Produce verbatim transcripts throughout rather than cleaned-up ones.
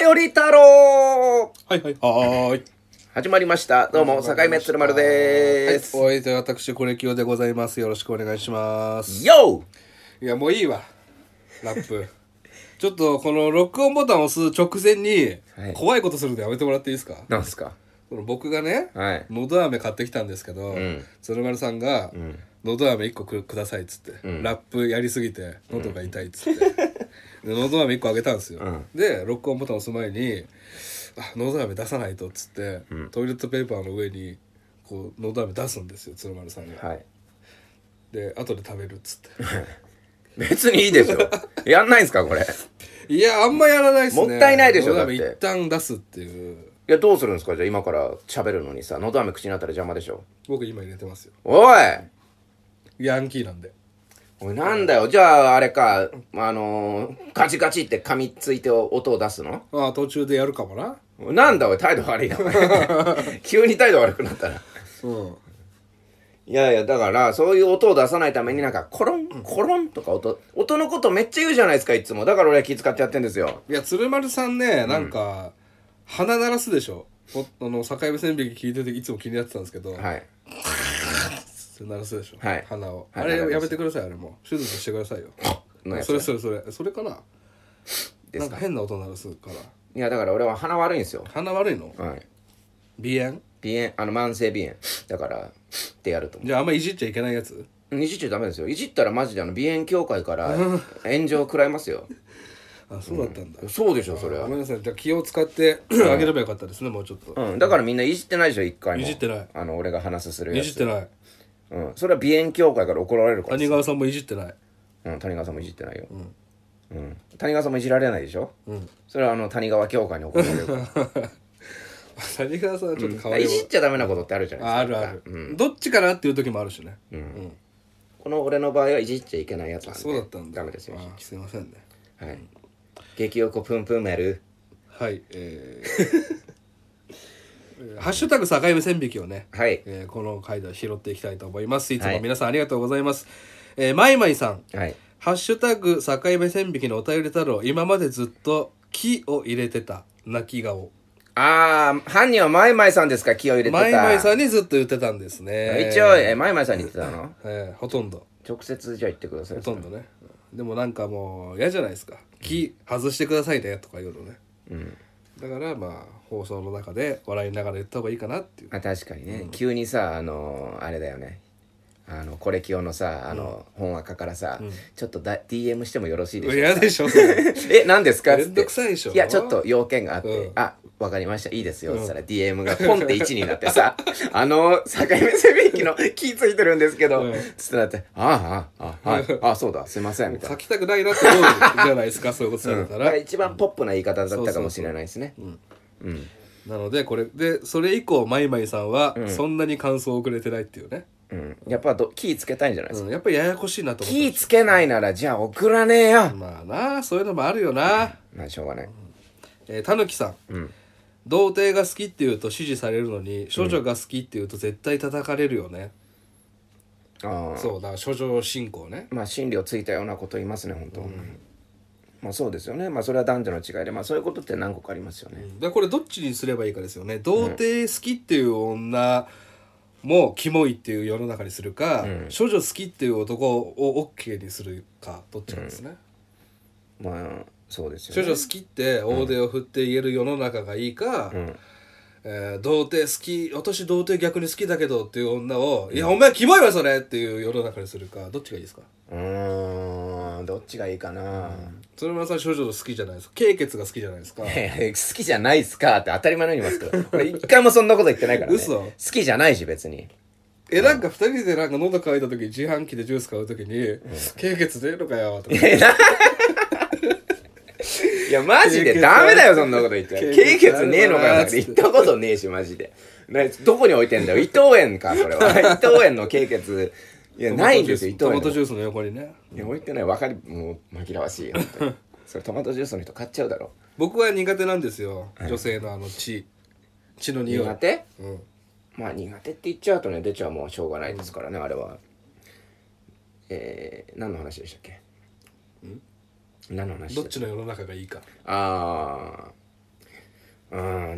便り太郎。 はいはいはーい。 始まりました。どうも境目鶴丸でーす。 はい、お相手は私コレキオでございます。よろしくお願いします。 よいやもういいわラップちょっとこの録音ボタンを押す直前に怖いことするのやめてもらっていいですか。 なんすか。 その僕がね、 はい、 のど飴買ってきたんですけど、うん、鶴丸さんが、うん、のど飴いっこ く, くださいっつって、うん、ラップやりすぎて喉が痛いっつって、うん、でのど飴いっこあげたんですよ、うん、で録音ボタン押す前にあのど飴出さないとっつって、うん、トイレットペーパーの上にこうのど飴出すんですよ鶴丸さんが、はい、で後で食べるっつって別にいいでしょやんないんすかこれ。 いやあんまやらないっすね。 もったいないでしょ。だって一旦出すっていう。 いやどうするんですか。じゃあ今から喋るのにさのど飴口になったら邪魔でしょ。 僕今入れてますよ。 おいヤンキーなんで。 おいなんだよ。じゃああれかあのー、ガチガチって噛みついて音を出すの。 ああ途中でやるかもな。 なんだおい態度悪いな急に態度悪くなったら。うんいやいやだからそういう音を出さないためになんかコロンコロンとか音音のことめっちゃ言うじゃないですかいつも。だから俺は気遣ってやってんですよ。 いや鶴丸さんねなんか、うん、鼻鳴らすでしょ。あの境目線引き聞いてていつも気になってたんですけどはいって鳴らすでしょ、はい、鼻を、はい、あれやめてください。あれも手術してくださいよそれそれそれそれかななんか変な音鳴らすから。 いやだから俺は鼻悪いんですよ。 鼻悪いの。 はい鼻炎鼻炎あの慢性鼻炎だからってやると思う。 じゃああんまいじっちゃいけないやつ。 いじっちゃダメですよ。いじったらマジであの鼻炎協会から炎上食らいますよあそうだったんだ、 うん、そうでしょそれは。 ごめんなさい。じゃあ気を使ってあげればよかったですねもうちょっと、 うん、だからみんないじってないでしょ一回も。 いじってない。 あの俺が話すするやついじってない。 うん、それは鼻炎協会から怒られるから。 谷川さんもいじってない。 うん谷川さんもいじってないよ、うんうん、谷川さんもいじられないでしょ、うん、それはあの谷川協会に怒られるから谷川さんはちょっと変わり、 うん、いじっちゃダメなことってあるじゃないですか。 あるある、うん、どっちかなっていう時もあるしね、うんうん、 この俺の場合はいじっちゃいけないやつなんで。 そうだったんだ。 ダメですよ。 あすいませんね。 はい、うん、激横プンプンメルはいえー、ハッシュタグ境目線引きをね、はいえー、この回では拾っていきたいと思います。いつも皆さんありがとうございます、はいえー、マイマイさん、はい、ハッシュタグ境目線引きのお便り太郎今までずっと木を入れてた泣き顔。 ああ犯人はマイマイさんですか。気を入れてたマイマイさんにずっと言ってたんですね。 一応えマイマイさんに言ってたのえー、ほとんど直接じゃあ言ってください。 ほとんどね。でもなんかもう嫌じゃないですか。木外してくださいねとか言うのね、うん、だからまあ放送の中で笑いながら言った方がいいかなっていう。 あ確かにね、うん、急にさあのー、あれだよねあのコレキオのさあの、うん、本赤からさ、うん、ちょっとだ ディーエム してもよろしいでしょうか。 嫌でしょえ何ですかっつってめんどくさいでしょ。 いやちょっと要件があって、うん、あわかりましたいいですよっつったら、うん、ディーエム がポンっていちになってさあの境目線引きの気ついてるんですけど、うん、つってなってああああはいあそうだすいませんみたいな。 書きたくないなって思うじゃないですかそういうことされたら、 うん、一番ポップな言い方だったかもしれないですね。 なのでこれでそれ以降マイマイさんはそんなに感想をくれてないっていうね、 うん、やっぱど気つけたいんじゃないですか、 うん、やっぱりややこしいなと思って。 気つけないならじゃあ送らねえよ。 まあなそういうのもあるよな、 うん、まあしょうがない。 えー、たぬきさん、うん、童貞が好きって言うと支持されるのに処女が好きって言うと絶対叩かれるよね、うん、あそうだ処女信仰ね。 まあ真理をついたようなこと言いますね本当、うん、まあそうですよね。まあそれは男女の違いでまあそういうことって何個かありますよね、うん、 だこれどっちにすればいいかですよね。童貞好きっていう女もうキモいっていう世の中にするか、うん、処女好きっていう男を OK にするかどっちかですね、 うん、まあそうですよね。 処女好きって大手を振って言える世の中がいいか、うんえー、童貞好き私童貞逆に好きだけどっていう女を、うん、いやお前キモいわそれっていう世の中にするかどっちがいいですか。 うーんどっちがいいかな、うん、 鶴村さん処女好きじゃないですか。経血が好きじゃないですか。 好きじゃないっすかって当たり前のように言いますけど俺一回もそんなこと言ってないからね嘘好きじゃないし別に。 えなんか二人でなんか喉乾いた時自販機でジュース買う時に、うん、経血出るのかよとかいやマジでダメだよそんなこと言って経血ねえのかよって言ったことねえしマジでどこに置いてんだよ伊藤園かそれは伊藤園の経血いやないんですよ伊藤園トマトジュースの横にね。 いや置いてない分かりもう紛らわしいよそれトマトジュースの人買っちゃうだろ。 僕は苦手なんですよ、はい、女性のあの血血の匂い苦手、うん、まあ苦手って言っちゃうとね出ちゃうもんしょうがないですからね、うん、あれはえー、何の話でしたっけ。ん何の話。 どっちの世の中がいいか。 ああ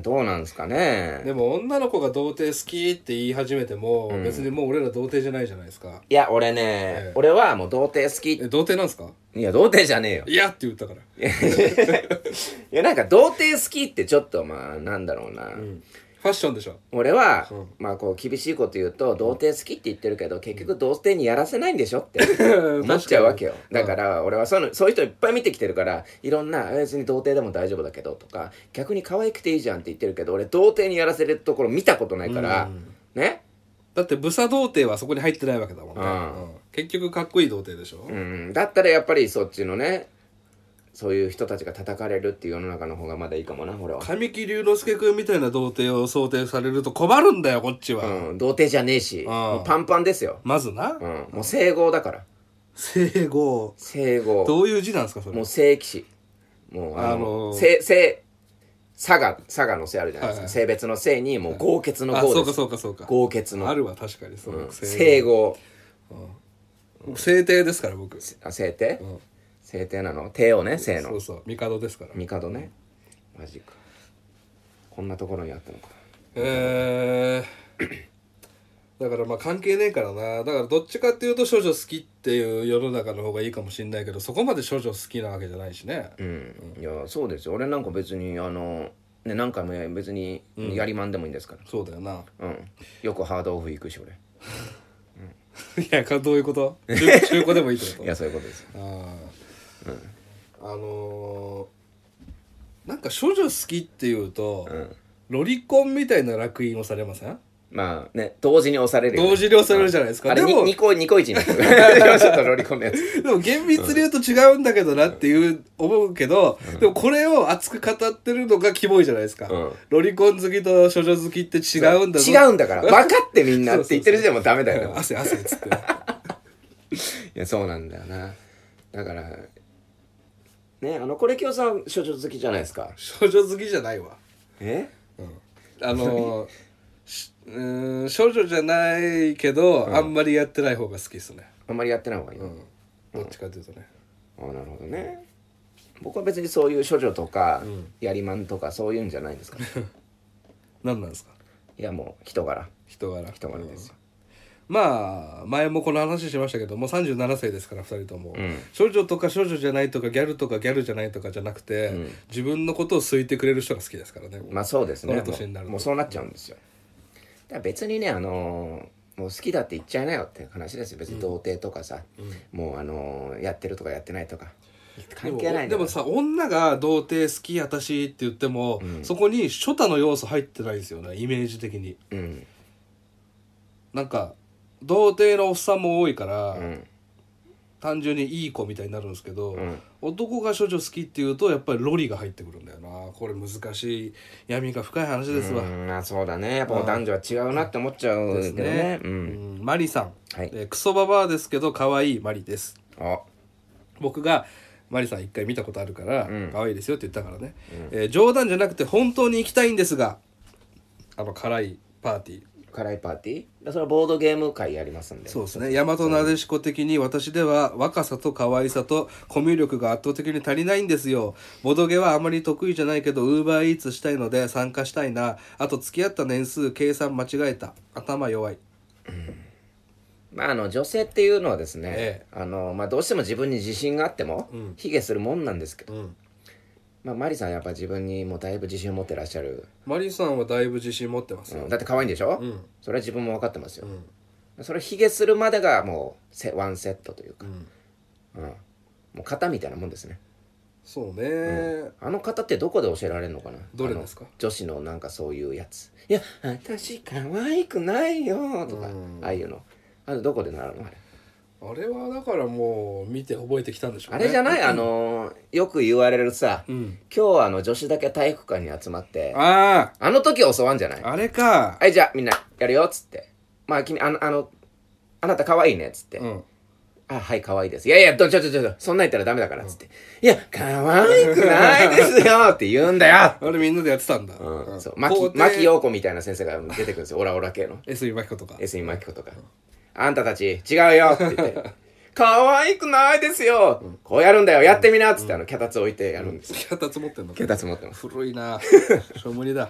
どうなんですかね。 でも女の子が童貞好きって言い始めても、うん、別にもう俺ら童貞じゃないじゃないですか。 いや俺ね、ええ、俺はもう童貞好き。 え童貞なんですか？ いや童貞じゃねえよ。 いやって言ったから。 いやなんか童貞好きってちょっとまあなんだろうな、うん、 ファッションでしょ。 俺は、うん、まあこう厳しいこと言うと童貞好きって言ってるけど、結局童貞にやらせないんでしょって思っちゃうわけよ。だから俺はそのそういう人いっぱい見てきてるから、いろんな別に童貞でも大丈夫だけどとか、逆に可愛くていいじゃんって言ってるけど、俺童貞にやらせるところ見たことないから、うん、ね。 だってブサ童貞はそこに入ってないわけだもんね、うん、結局かっこいい童貞でしょ、 うん、だったらやっぱりそっちのね、そういう人たちが叩かれるっていう世の中の方がまだいいかもな。俺は神木隆之介君みたいな童貞を想定されると困るんだよこっちは。 うん、童貞じゃねえし、もうパンパンですよまずな、 うん、もう整合だから。 整合整合どういう字なんですかそれ？ もう正規詞、もうあの、あのー、せせ佐賀佐賀のせあるじゃないですか、はいはい、性別の性にもう豪傑の豪です。 あそうかそうかそうか、 豪傑のあるわ確かにそう、うん、 整合、 うん、聖帝ですから僕。 あ聖帝、うん、聖帝なの？帝をね、聖のそうそう帝ですから。 帝ね、マジか。こんなところにあったのか。 えー、だからまあ関係ねえからな。だからどっちかっていうと少女好きっていう世の中の方がいいかもしれないけど、そこまで少女好きなわけじゃないしね。 うん、うん、いやそうですよ。俺なんか別にあのね、何回も別にやりまんでもいいんですから、 うん、そうだよな、 うん、よくハードオフ行くし俺うん、いやどういうこと？中, 中古でもいいってこと？ いやそういうことです。 あ、うん、あのー、なんか少女好きっていうと、うん、ロリコンみたいな烙印をされません？ まあね、同時に押されるよ、 ね、同時に押されるじゃないですか。 あれでもにこにこいちになってるちょっとロリコンのやつでも厳密に言うと違うんだけどなっていう思うけど、うん、でもこれを熱く語ってるのがキモいじゃないですか、うん、ロリコン好きと少女好きって違うんだぞ。 違うんだから分かってみんなって言ってる時点でもダメだよ汗汗っつっていやそうなんだよな。だからね、あのこれ今日さん少女好きじゃないですか。 少女好きじゃないわ。 え、 うん、あのうん少女じゃないけど、うん、あんまりやってない方が好きですね。 あんまりやってない方がいい、うん、 どっちかというとね、 うん、あなるほどね。僕は別にそういう処女とか、うん、やりまんとかそういうんじゃないんですか何なんですか？ いやもう人柄人柄人柄ですよ、 うん、まあ前もこの話しましたけどもうさんじゅうななさいですからふたりとも、うん、少女とか少女じゃないとかギャルとかギャルじゃないとかじゃなくて、うん、自分のことを好いてくれる人が好きですからね。 まあそうですね。 この年になるともうそうなっちゃうんですよ。だから別にね、あのー、もう好きだって言っちゃいなよって話ですよ。別に童貞とかさ、うん、もうあのー、やってるとかやってないとか関係ないんだ。 でもさ、女が童貞好き私って言っても、うん、そこに初太の要素入ってないですよね、イメージ的に、うん、なんか童貞のおっさんも多いから、うん、単純にいい子みたいになるんですけど、うん、男が処女好きっていうとやっぱりロリが入ってくるんだよな。これ難しい闇が深い話ですわ。 うん、あそうだね。やっぱ男女は違うなって思っちゃうけどね。うんうん、マリさん、はい、えー、クソババアですけど可愛いマリです。あ僕がマリさん一回見たことあるから、うん、可愛いですよって言ったからね、うん、えー、冗談じゃなくて本当に行きたいんですが、あの辛いパーティー辛いパーティーそれはボードゲーム会やりますんで。 そうですね。大和なでしこ的に私では若さと可愛さとコミュ力が圧倒的に足りないんですよ。ボドゲはあまり得意じゃないけどウーバーイーツしたいので参加したいな。あと付き合った年数計算間違えた。頭弱い、 うん、まああの女性っていうのはですね、ええ、あのまあ、どうしても自分に自信があっても卑下するもんなんですけど、うん、まあ、マリさんやっぱ自分にもうだいぶ自信を持ってらっしゃる。 マリさんはだいぶ自信持ってますよ、 うん、だって可愛いんでしょ、うん、それは自分も分かってますよ、うん、それを卑下するまでがもうセワンセットというか、うんうん、もう型みたいなもんですね。 そうね、 うん、あの型ってどこで教えられるのかな。 どれですか？ 女子のなんかそういうやつ。いや私可愛くないよとか、ああいうのあれどこで習うのあれ。 あれはだからもう見て覚えてきたんでしょうね。 あれじゃない、あのー、よく言われるさ、うん、今日はあの女子だけ体育館に集まってああの時教わんじゃない。 あれか。 はいじゃあみんなやるよっつって、まあ君あのあのあなた可愛いねっつって、うん、あはい可愛いです。いやいやちょちょちょちょそんな言ったらダメだからっつって、うん、いや可愛くないですよって言うんだよあれみんなでやってたんだ、 うんうん、そう牧牧陽子みたいな先生が出てくるんですよ。オラオラ系の江角真紀子とか江角真紀子とか、うんあんたたち違うよって言って可愛くないですよ、うん、こうやるんだよやってみなっつって、うん、あの脚立置いてやるんですよ。 脚立持ってんの？ 脚立持ってます。 古いなしょう無理だ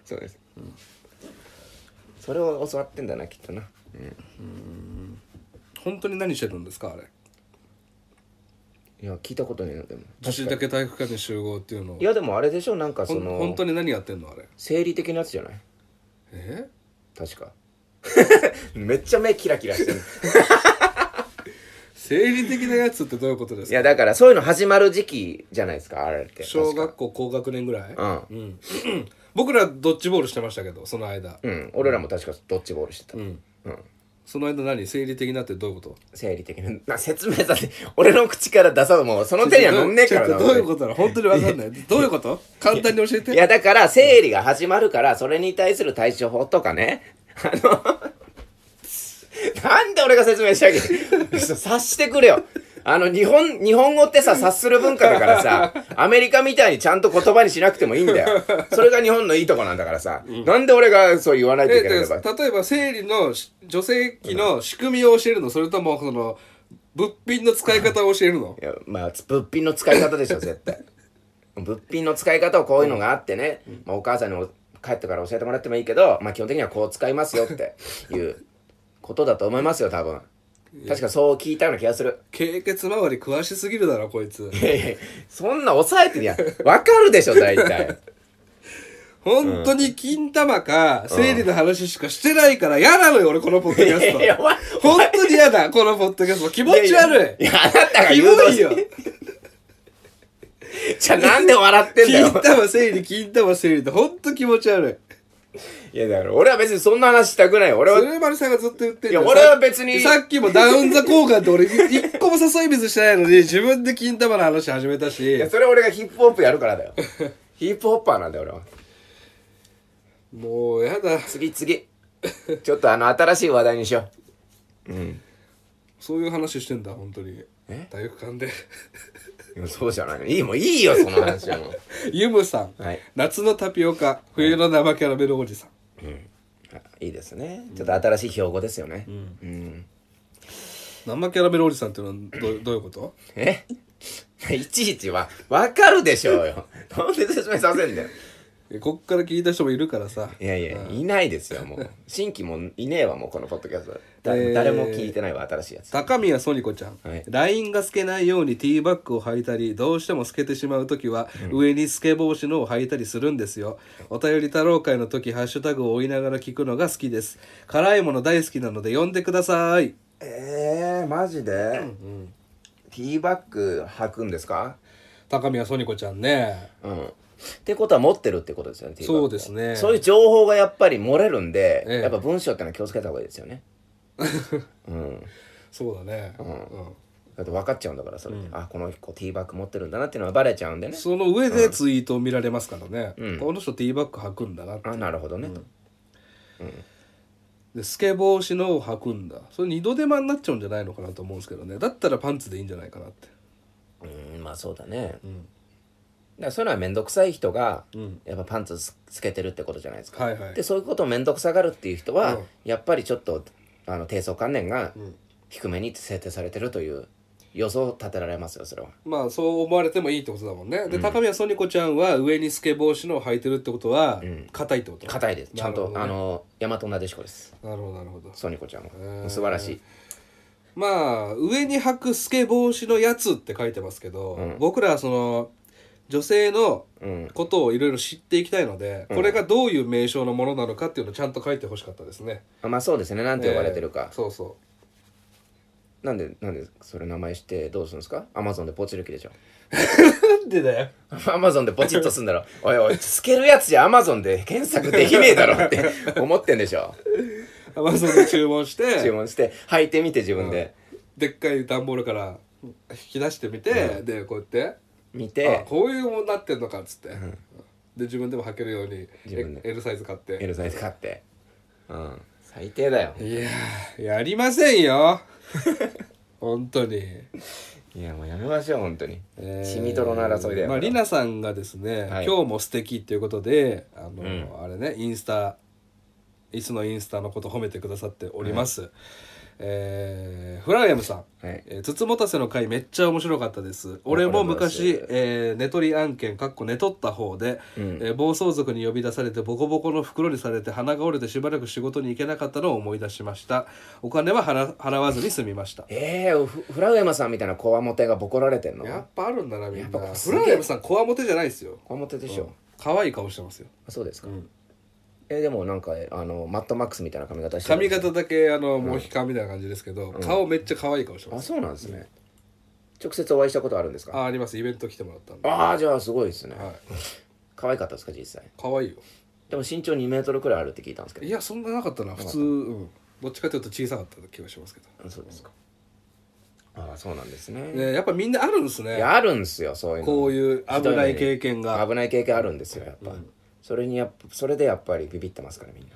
そうです、うん、それを教わってんだなきっとな、うん、うーん本当に何してるんですかあれ。 いや聞いたことないのでも女子だけ体育館に集合っていうの。 いやでもあれでしょなんかその本当に何やってんのあれ。 生理的なやつじゃない。 え確かめっちゃ目キラキラしてる生理的なやつってどういうことですか。 いやだからそういうの始まる時期じゃないですかあれって。 小学校高学年ぐらい。 うん、 うん、僕らドッジボールしてましたけどその間。 うん俺らも確かドッジボールしてた。うん、うんその間何生理的なってどういうこと。 生理的なな説明させて俺の口から出さうもうその手には乗んねえからな。 どういうことなの本当に分かんないどういうこと簡単に教えて。 いやだから生理が始まるからそれに対する対処法とかねあのなんで俺が説明しなきゃ察してくれよ。あの日本日本語ってさ察する文化だからさアメリカみたいにちゃんと言葉にしなくてもいいんだよ。それが日本のいいとこなんだからさ、うん、なんで俺がそう言わないといけないのか。 例えば生理の女性器の仕組みを教えるのそれともその物品の使い方を教えるの。 いやまあ物品の使い方でしょ絶対物品の使い方をこういうのがあってね、うんまあ、お母さんに帰ってから教えてもらってもいいけど、まあ、基本的にはこう使いますよっていうことだと思いますよ多分。確かそう聞いたような気がする。 経血周り詳しすぎるだろこいつ。 いやいやそんな抑えてりゃ分かるでしょ大体本当に金玉か生理の話しかしてないから嫌なのよ俺このポッドキャスト。いやいや本当に嫌だこのポッドキャスト気持ち悪い。 いやいやいやあなたが言うとよじゃあなんで笑ってんだよ。 金玉生理金玉生理って本当気持ち悪い。 いやだから俺は別にそんな話したくない。俺は鶴丸さんがずっと言ってんだよ。いや俺は別にさっきもダウンザ交換って俺一個も誘い水してないのに自分で金玉の話始めたし。 いやそれ俺がヒップホップやるからだよヒップホッパーなんだよ俺は。 もうやだ。 次次ちょっとあの新しい話題にしよう。うんそういう話してんだ本当に。え体育館でそうじゃないの。いいもういいよその話はもうユムさん、はい、夏のタピオカ冬の生キャラメルおじさん、うん、 いいですね。ちょっと新しい標語ですよね、うんうん、 生キャラメルおじさんっていうのは ど, どういうこと。 えいちいちは分かるでしょうよなんで説明させんだよ。 こっから聞いた人もいるからさ。 いやいや、うん、いないですよもう新規もいねえわもうこのポッドキャストだ、えー、誰も聞いてないわ新しいやつ。 高宮ソニコちゃん、はい、ライン が透けないようにティーバッグを履いたりどうしても透けてしまうときは、うん、上に透け防止のを履いたりするんですよ。お便り太郎会の時ハッシュタグを追いながら聞くのが好きです。辛いもの大好きなので呼んでください。 えーマジで、うんうん、ティーバッグ履くんですか高宮ソニコちゃんね。 うんってことは持ってるってことですよね。 そうですね。 そういう情報がやっぱり漏れるんで、ええ、やっぱ文章ってのは気をつけた方がいいですよねうん、 そうだね、 うんうん、だって分かっちゃうんだからそれで、うん、あこの子ティーバッグ持ってるんだなっていうのはバレちゃうんでね。 その上でツイートを見られますからね、うん、この人ティーバッグ履くんだなって。 あなるほどね、うんうん、 でスケボーしのを履くんだ。それ二度手間になっちゃうんじゃないのかなと思うんですけどね。だったらパンツでいいんじゃないかなって。 うんまあそうだね、うんだからそういうのは面倒くさい人がやっぱパンツつけてるってことじゃないですか、はいはい、でそういうことを面倒くさがるっていう人は、うん、やっぱりちょっとあの低層観念が低めに設定されてるという予想を立てられますよそれは。 まあそう思われてもいいってことだもんね。で、うん、高宮ソニコちゃんは上にスケボーしのを履いてるってことは硬、うん、いってこと硬いですちゃんと、ね、あの大和なでしこです。 なるほどなるほど。 ソニコちゃんは素晴らしい。 まあ上に履くスケボーしのやつって書いてますけど、うん、僕らはその女性のことをいろいろ知っていきたいので、うん、これがどういう名称のものなのかっていうのをちゃんと書いてほしかったですね。 あまあそうですね。なんて呼ばれてるか、 えー、そうそうなんでなんでそれ名前してどうするんですか。アマゾンでポチる気でしょなんでだよアマゾンでポチッとすんだろおいおいつけるやつじゃアマゾンで検索できねえだろって思ってんでしょアマゾンで注文して注文して履いてみて自分で、 うん、でっかい段ボールから引き出してみて、うん、でこうやって見てあこういうものになってんのかっつって、うん、で自分でも履けるように自分で L サイズ買って L サイズ買ってうん最低だよ。 いややりませんよ本当に。 いやもうやめましょう本当に、えー、血みどろの争いだよ。 まありなさんがですね、はい、今日も素敵っていうことであの、うん、あれねインスタいつのインスタのこと褒めてくださっております、うんえー、フライアムさん、はいえー、つつもたせの回めっちゃ面白かったです。俺も昔、えー、寝取り案件かっこ寝取った方で、うんえー、暴走族に呼び出されてボコボコの袋にされて鼻が折れてしばらく仕事に行けなかったのを思い出しました。お金は払払わずに済みました。 えー、フライアムさんみたいなコアモテがボコられてんの？ やっぱあるんだなみんな。フライアムさんコアモテじゃないですよ。 コアモテでしょ、うん、 可愛い顔してますよ。 あそうですか、うんえー、でもなんかあのマッドマックスみたいな髪型してる、髪型だけあのモヒカンみたいな感じですけど、うん、顔めっちゃ可愛い顔してます。 あそうなんですね、うん、直接お会いしたことあるんですか？ ああります。イベント来てもらったんで。 ああじゃあすごいですね、はい、可愛かったですか実際？ 可愛いよ。 でも身長にメートルくらいあるって聞いたんですけど。 いやそんななかったな普通、うん、どっちかというと小さかった気がしますけど。 あそうですか、ああそうなんですね。 ねやっぱみんなあるんですね。 いやあるんですよそういうの。 こういう危ない経験が危ない経験あるんですよやっぱ、うん、それにやっぱそれでやっぱりビビってますからみんな。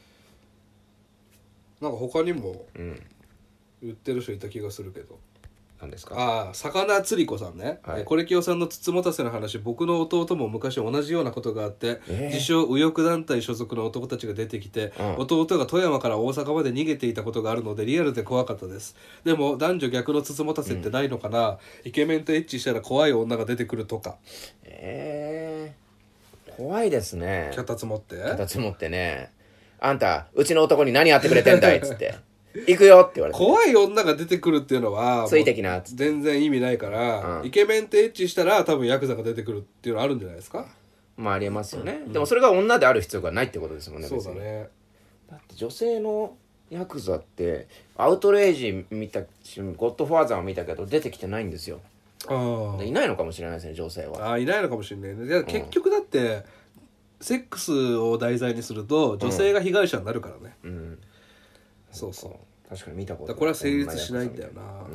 なんか他にも売ってる人いた気がするけど、 何ですか？ ああ魚つり子さんね、はい、コレキオさんのつつもたせの話、僕の弟も昔同じようなことがあって、えー、自称右翼団体所属の男たちが出てきて、うん、弟が富山から大阪まで逃げていたことがあるのでリアルで怖かったです。でも男女逆のつつもたせってないのかな、うん、イケメンとエッチしたら怖い女が出てくるとか。 えー、怖いですね。 脚立持って脚立持ってね、あんたうちの男に何やってくれてんだいっつって行くよって言われて、 怖い女が出てくるっていうのはついてきなっつって全然意味ないから、うん、イケメンとエッチしたら多分ヤクザが出てくるっていうのあるんじゃないですか。 まあありえますよね、うん、でもそれが女である必要がないってことですもんね。 そうだね。 だって女性のヤクザってアウトレイジ見たしゴッドファーザーを見たけど出てきてないんですよ。あいないのかもしれないですね女性は。 あいないのかもしれないね。結局だって、うんセックスを題材にすると女性が被害者になるからね、うんうん、そうそう確かに見たことだこれは成立しないんだよな、うん、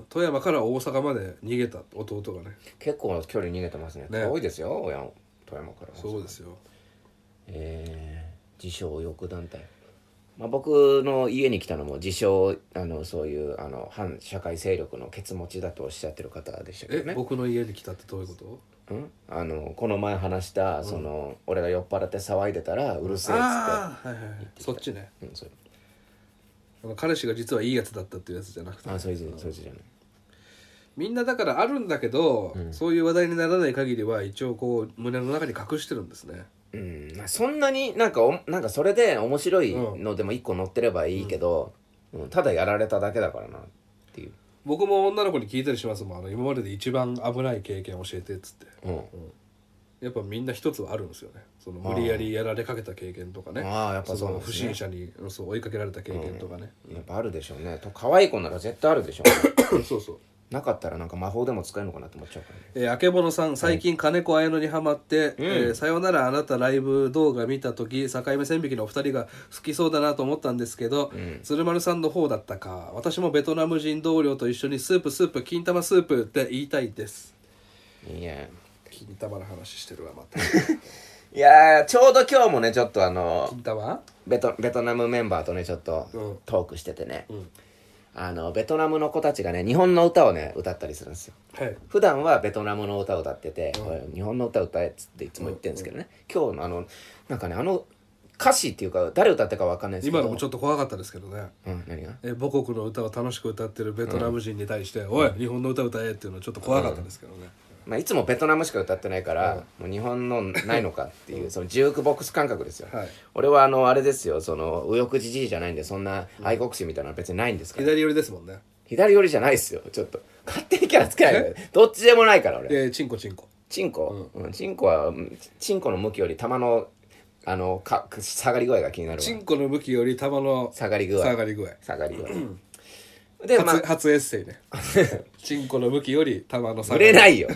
富山から大阪まで逃げた弟がね結構な距離逃げてますね。遠いですよ富山から。 そうですよ。 えー、自称右翼団体、まあ、僕の家に来たのも自称あのそういうあの反社会勢力のケツ持ちだとおっしゃってる方でしたけどね。 え僕の家に来たってどういうこと？ うん、あのこの前話した、うん、その俺が酔っ払って騒いでたらうるせえっつって、 はいはい、そっちね、うん、それ彼氏が実はいいやつだったっていうやつじゃなくて、 あそういうそういうじゃない。 みんなだからあるんだけど、うん、そういう話題にならない限りは一応こう胸の中に隠してるんですね。 うん、そんなになんかおなんかそれで面白いのでも一個載ってればいいけど、うんうん、ただやられただけだからなっていう。 僕も女の子に聞いたりしますもん。あの今までで一番危ない経験教えてっつって、うんうん、やっぱみんな一つはあるんですよね。その無理やりやられかけた経験とかね。 ああやっぱそうなんですね。その不審者にそう追いかけられた経験とかね、 うん、やっぱあるでしょうね。と可愛い子なら絶対あるでしょう、ね、そうそうなかったらなんか魔法でも使えるのかなと思っちゃうからね。 えー、あけぼのさん最近金子綾乃にハマって、うんえー、さよならあなたライブ動画見た時境目線引きのお二人が好きそうだなと思ったんですけど、うん、鶴丸さんの方だったか。私もベトナム人同僚と一緒にスープスープ金玉スープって言いたいです。いや金玉の話してるわまたいやちょうど今日もねちょっとあの金玉ベト、ベトナムメンバーとねちょっとトークしててね、うんあのベトナムの子たちがね日本の歌をね歌ったりするんですよ、はい、普段はベトナムの歌を歌ってて、うん、日本の歌歌えっつっていつも言ってるんですけどね、うん、今日のあのなんかねあの歌詞っていうか誰歌ってか分かんないですけど今のもちょっと怖かったですけどね、 うん、何がえ母国の歌を楽しく歌ってるベトナム人に対して、うん、おい日本の歌歌えっていうのはちょっと怖かったですけどね、うんまあ、いつもベトナムしか歌ってないから、うん、もう日本のないのかっていうそのジュークボックス感覚ですよ、はい、俺はあのあれですよその右翼じじいじゃないんでそんな愛国心みたいなのは別にないんですから、 左寄りですもんね。 左寄りじゃないですよちょっと勝手にキャラつけないでどっちでもないから俺。 えチンコチンコチンコ、うんうん、チンコはチンコの向きより玉のあのか下がり具合が気になるわ。 チンコの向きより玉の下がり具合下がり具合下がり具合で初、まあ、初エッセイねチンコの向きより玉の下がり売れないよ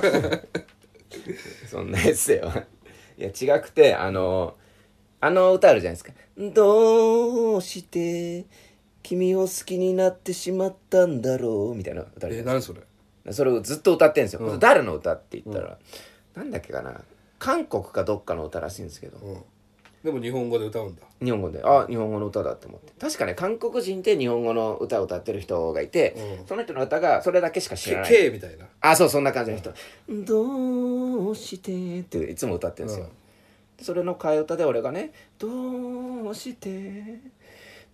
そんなエッセイはいや違くてあのあの歌あるじゃないですか。どうして君を好きになってしまったんだろうみたいな歌あるじゃないですか。 え何それ。 それをずっと歌ってるんですよ、うん、誰の歌って言ったら、うん、なんだっけかな韓国かどっかの歌らしいんですけど、うん、 でも日本語で歌うんだ。 日本語であ日本語の歌だって思って確かね韓国人で日本語の歌を歌ってる人がいて、うん、その人の歌がそれだけしか知らない K みたいなあそうそんな感じの人、うん、どうしてっていつも歌ってるんですよ、うん、それの替え歌で俺がねどうして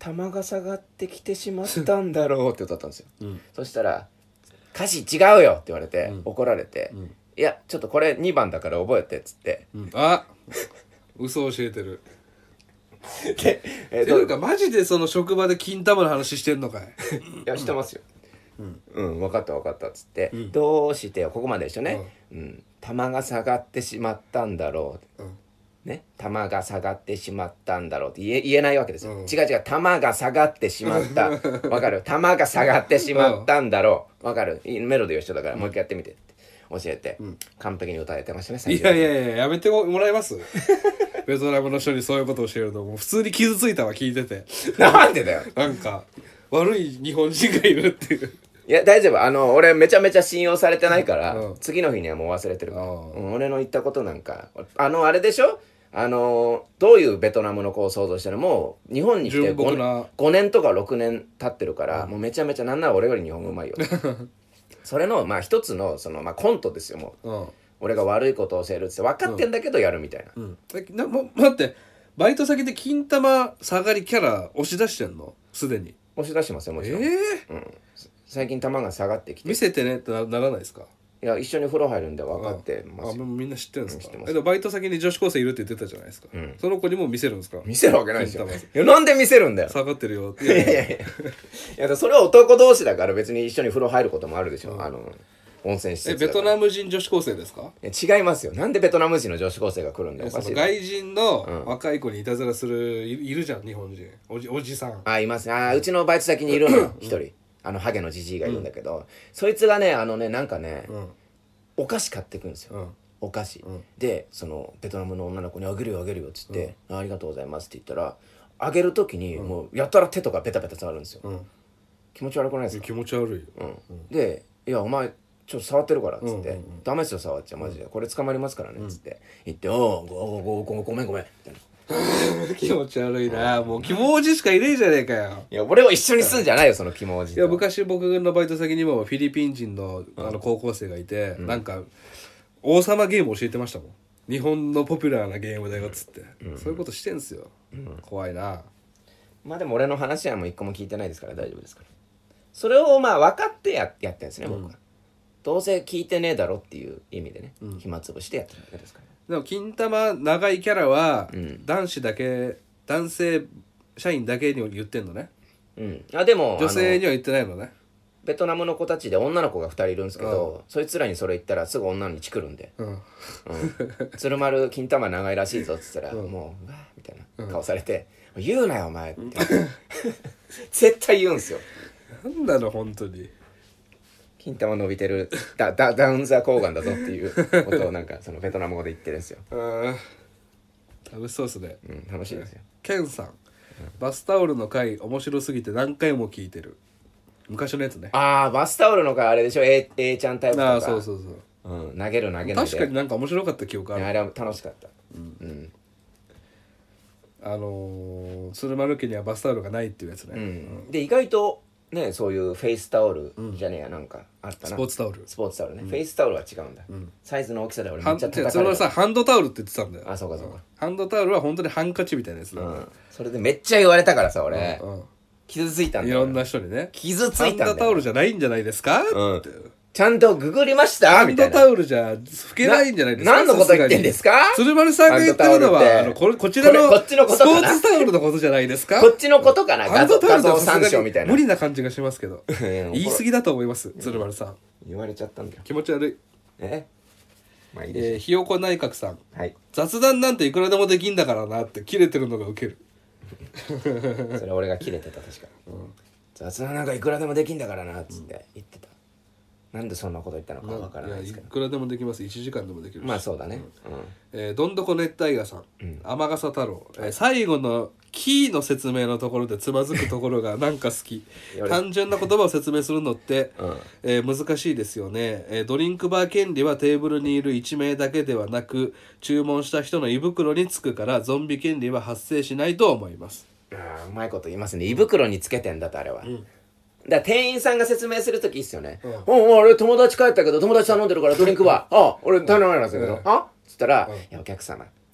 玉が下がってきてしまったんだろうって歌ったんですよ、 うん、 そしたら歌詞違うよって言われて、うん、怒られて、うん、いやちょっとこれにばんだから覚えてっつって、 うん、あ嘘教えてるで、 えー、というかマジでその職場で金玉の話してんのかいいやしてますよ、うんうん、分かった分かったっつって、うん、どうしてよここまででしょね、うんうん、玉が下がってしまったんだろう、うんね、玉が下がってしまったんだろうって言え、言えないわけですよ、うん、違う違う玉が下がってしまったわかる玉が下がってしまったんだろうわかるメロディー一緒だからもう一回やってみてって教えて、うん、完璧に歌えてましたねいやいやいややめてもらえますベトナムの人にそういうことを教えるともう普通に傷ついたわ聞いててなんでだよなんか悪い日本人がいるっていういや大丈夫あの俺めちゃめちゃ信用されてないから、うん、次の日にはもう忘れてるから、うん、俺の言ったことなんかあのあれでしょあのどういうベトナムの子を想像してるもう日本に来て 5, ごねんとかろくねん経ってるから、うん、もうめちゃめちゃなんなら俺より日本語うまいよそれのまあ一つのその、まあ、コントですよもう、うん、俺が悪いことを教えるって分かってんだけどやるみたいな、うんうん、なも待ってバイト先で金玉下がりキャラ押し出してんのすでに押し出してますよもちろん、えーうん、最近玉が下がってきて見せてねってならないですかいや一緒に風呂入るんで分かってますよ。 ああみんな知ってるんですか、うん、知ってます。えでバイト先に女子高生いるって言ってたじゃないですか、うん、その子にも見せるんですか見せるわけないですよいやなんで見せるんだよ下がってるよっていやいやいやいやそれは男同士だから別に一緒に風呂入ることもあるでしょ、うん、あの温泉施設えベトナム人女子高生ですか違いますよなんでベトナム人の女子高生が来るんだよその外人の若い子にいたずらするいるじゃん日本人おじ、おじさんあいますあうちのバイト先にいるのよ一人あのハゲのじじいがいるんだけど、うん、そいつがねあのねなんかね、うんお菓子買ってくんですよ、うん、お菓子、うん、でそのベトナムの女の子にあげるよあげるよっつって、うん、ありがとうございますって言ったらあげる時にもうやたら手とかペタペタ触るんですよ、うん、気持ち悪くないですか気持ち悪いよ、 うんうん、でいやお前ちょっと触ってるからっつって、うんうんうん、ダメですよ触っちゃマジでこれ捕まりますからねっつって言っておおごごごめんごめんみたいな気持ち悪いなもうキモおじしかいねえじゃねえかよいや俺は一緒に住んじゃないよそのキモおじいや昔僕のバイト先にもフィリピン人のあの高校生がいて、うん、なんか王様ゲーム教えてましたもん日本のポピュラーなゲームだよっつって、うん、そういうことしてんすよ、うん、怖いなまあでも俺の話はもう一個も聞いてないですから大丈夫ですからそれをまあ分かってや, やってんですね、うん、僕はどうせ聞いてねえだろっていう意味でね、うん、暇つぶしてやってるわけですからでも金玉長いキャラは男子だけ、うん、男性社員だけに言ってんのね、 うん、あでも女性には言ってないのねベトナムの子たちで女の子がふたりいるんですけど、うん、そいつらにそれ言ったらすぐ女にチクるんで、うんうん、鶴丸金玉長いらしいぞっつったら、うん、もううわーみたいな顔されて、うん、言うなよお前って絶対言うんすよなんだろ本当に金玉伸びてる ダ, ダ, ダウンザ睾丸だぞっていうことをなんかそのベトナム語で言ってるんですよ楽しそうですね、 うん、楽しいですよケンさん、うん、バスタオルの回面白すぎて何回も聞いてる昔のやつねああバスタオルの回あれでしょ A, A ちゃんタイプとかあそうそうそう、 うん、投げる投げない確かになんか面白かった記憶あるあれは楽しかった、うんうん、 あのー、鶴丸家にはバスタオルがないっていうやつね、うんうん、で意外とねそういうフェイスタオルじゃねえや、うん、なんかあったなスポーツタオルスポーツタオルね、うん、フェイスタオルは違うんだ、うん、サイズの大きさで俺めっちゃ叩かれたそれはさハンドタオルって言ってたんだよあそうかそうか、うん、 ハンドタオルは本当にハンカチみたいなやつだ、うん、 それでめっちゃ言われたからさ俺、うんうん、傷ついたんだよいろんな人にね傷ついたんだよハンドタオルじゃないんじゃないですか、 うん、ってちゃんとググりましたみたいなハンドタオルじゃ拭けないんじゃないですか何のこと言ってんですか鶴丸さんが言ってるのはあの こ, こちらのスポーツタオルのことじゃないですかこっちのことかな画像参照みたいな無理な感じがしますけど言い過ぎだと思います鶴丸さん言われちゃったんだよ気持ち悪いえまあいいでしょう、 えー、ひよこ内閣さん、 はい、 雑談なんていくらでもできんだからなってキレてるのがウケるそれ俺がキレてた確かに、うん、雑談なんかいくらでもできんだからなっつって言ってた、うんなんでそんなこと言ったのかわからないですけどい, いくらでもできますいちじかんでもできるしまあそうだね、 うんうんえー、どんどこ熱帯夜さん、うん、天笠太郎、えー、最後のキーの説明のところでつまずくところがなんか好き単純な言葉を説明するのって、うんえー、難しいですよね、えー、ドリンクバー権利はテーブルにいるいち名だけではなく注文した人の胃袋につくからゾンビ権利は発生しないと思いますあうまいこと言いますね胃袋につけてんだとあれは、うんだから店員さんが説明するときいいっすよね。うん、お俺友達帰ったけど友達頼んでるからドリンクは、あ、俺頼まれますけど、うん、あっつったら、うん、いやお客様、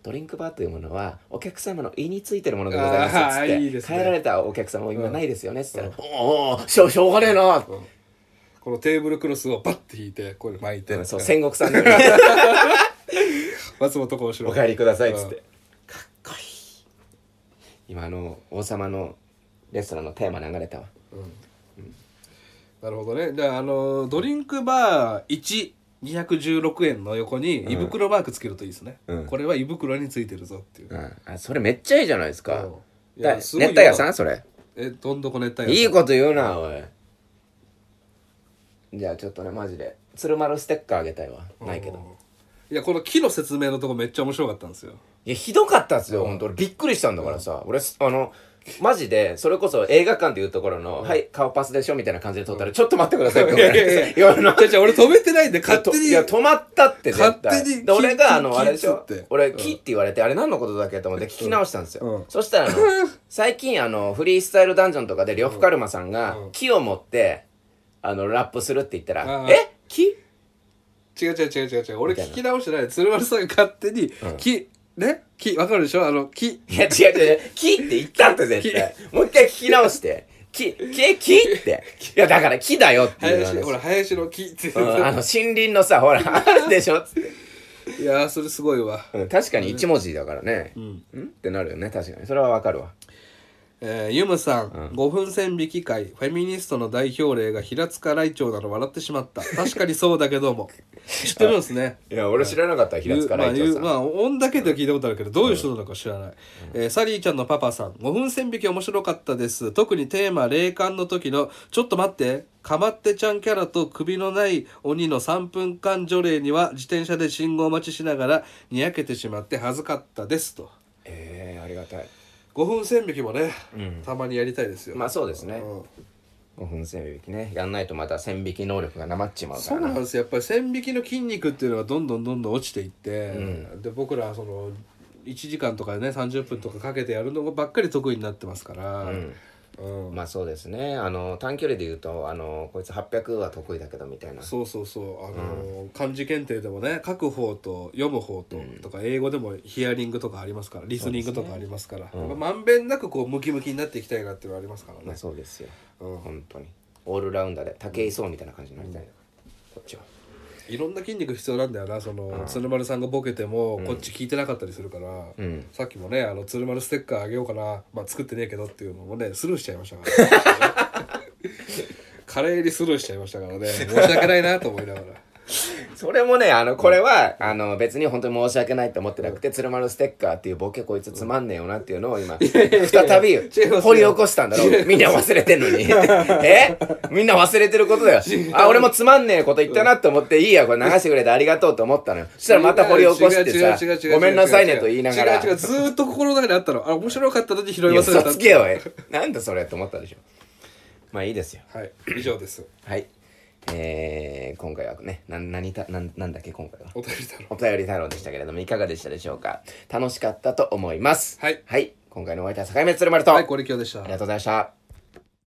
ドリンクバーというものはお客様の胃についてるものでございますっつって、いいですね、帰られたお客様も今ないですよねっつったら、うん、おおしょうしょうがねえな、うん、 このテーブルクロスをバッて引いてこれ巻いて、 うん、そう戦国さんのように松本幸四郎お帰りくださいっつって、うん、かっこいい。今あの王様のレストランのテーマ流れたわ、うんうん、 なるほどね。じゃあ、あのドリンクバーいちにひゃくじゅうろくえんの横に胃袋マークつけるといいですね、うん、これは胃袋についてるぞっていう、うん、 あそれめっちゃいいじゃないですか、うん、いや熱帯夜さんそれえどんどこ熱帯夜さんいいこと言うなおい。じゃあちょっとねマジで鶴丸ステッカーあげたいわ、ないけど。 いやこの木の説明のとこめっちゃ面白かったんですよ。 いやひどかったっすよ、うん、本当俺びっくりしたんだからさ、うん、俺あのマジでそれこそ映画館でいうところの、うん、はい顔パスでしょみたいな感じで撮ったら、うん、ちょっと待ってくださいって思われて、いやいやいや俺止めてないんで勝手にいや止まったって絶対勝手にで俺があのあれでしょ俺木って言われてあれ何のことだっけと思って聞き直したんですよ、うん、そしたらあの最近あのフリースタイルダンジョンとかで呂布カルマさんが木を持ってあのラップするって言ったら、うん、え木違う違う違う違う違う俺聞き直してない。鶴丸さんが勝手に木、うん、ね木わかるでしょあの木いや違う違う木って言ったって絶対もう一回聞き直して木木木っていやだから木だよっていう林ほら林の木ってうん、あの森林のさほらあるでしょっつっていやそれすごいわ、 うん、確かに一文字だからね、うん、うんってなるよね。確かにそれはわかるわ。 えー、ユムさん、うん、ごふん線引き会フェミニストの代表例が平塚雷鳥なの笑ってしまった。確かにそうだけども知ってるんですね。 いや俺知らなかった、平塚雷鳥さん。 まあ、まあ、音だけで聞いたことあるけどどういう人なのか知らない、うんえー、サリーちゃんのパパさんごふん線引き面白かったです。特にテーマ霊感の時のちょっと待ってかまってちゃんキャラと首のない鬼のさんぷんかん除霊には自転車で信号待ちしながらにやけてしまって恥ずかったですと。 えー、ありがたい。 ごふん線引きもね、うん、たまにやりたいですよ。 まあそうですね、うん、ごふん線引きねやんないとまた線引き能力がなまっちまうからな。 そうなんですよ。やっぱり線引きの筋肉っていうのがどんどんどんどん落ちていって、うん、で僕らそのいちじかんとかねさんじゅっぷんとかかけてやるのばっかり得意になってますから、うんうん、まあそうですね。あの短距離でいうとあのこいつはっぴゃくは得意だけどみたいな。 そうそうそうあの、うん、漢字検定でもね書く方と読む方と、うん、とか英語でもヒアリングとかありますからリスニングとかありますから、ねうん、まんべんなくこうムキムキになっていきたいなっていうのはありますからね。 まあ、そうですよ、うん、本当にオールラウンダーで武井壮みたいな感じになりたい、うん、こっちはいろんな筋肉必要なんだよな。その、うん、鶴丸さんがボケても、うん、こっち聞いてなかったりするから、うん、さっきもねあの鶴丸ステッカーあげようかな、まあ、作ってねえけどっていうのもねスルーしちゃいましたから華麗にスルーしちゃいましたからね申し訳ないなと思いながらそれもねあのこれは、うん、あの別に本当に申し訳ないと思ってなくて、うん、鶴丸ステッカーっていうボケこいつつまんねえよなっていうのを今、うん、再び掘り起こしたんだろう。みんな忘れてんのにえみんな忘れてることだよ。あ俺もつまんねえこと言ったなって思っていいやこれ流してくれてありがとうと思ったのよ。そしたらまた掘り起こしてさごめんなさいねと言いながら違う違うずーっと心の中にあったの。あ面白かった時拾い忘れた。 嘘つけよおいなんだそれと思ったでしょ。まあいいですよ。 はい以上です。 はいえー、今回はねな何たななんだっけ今回はお便り太郎お便り太郎でしたけれどもいかがでしたでしょうか。楽しかったと思います。 はい、 はい、今回のお相手は坂目鶴丸とはいこれ今日でした。 ありがとうございました。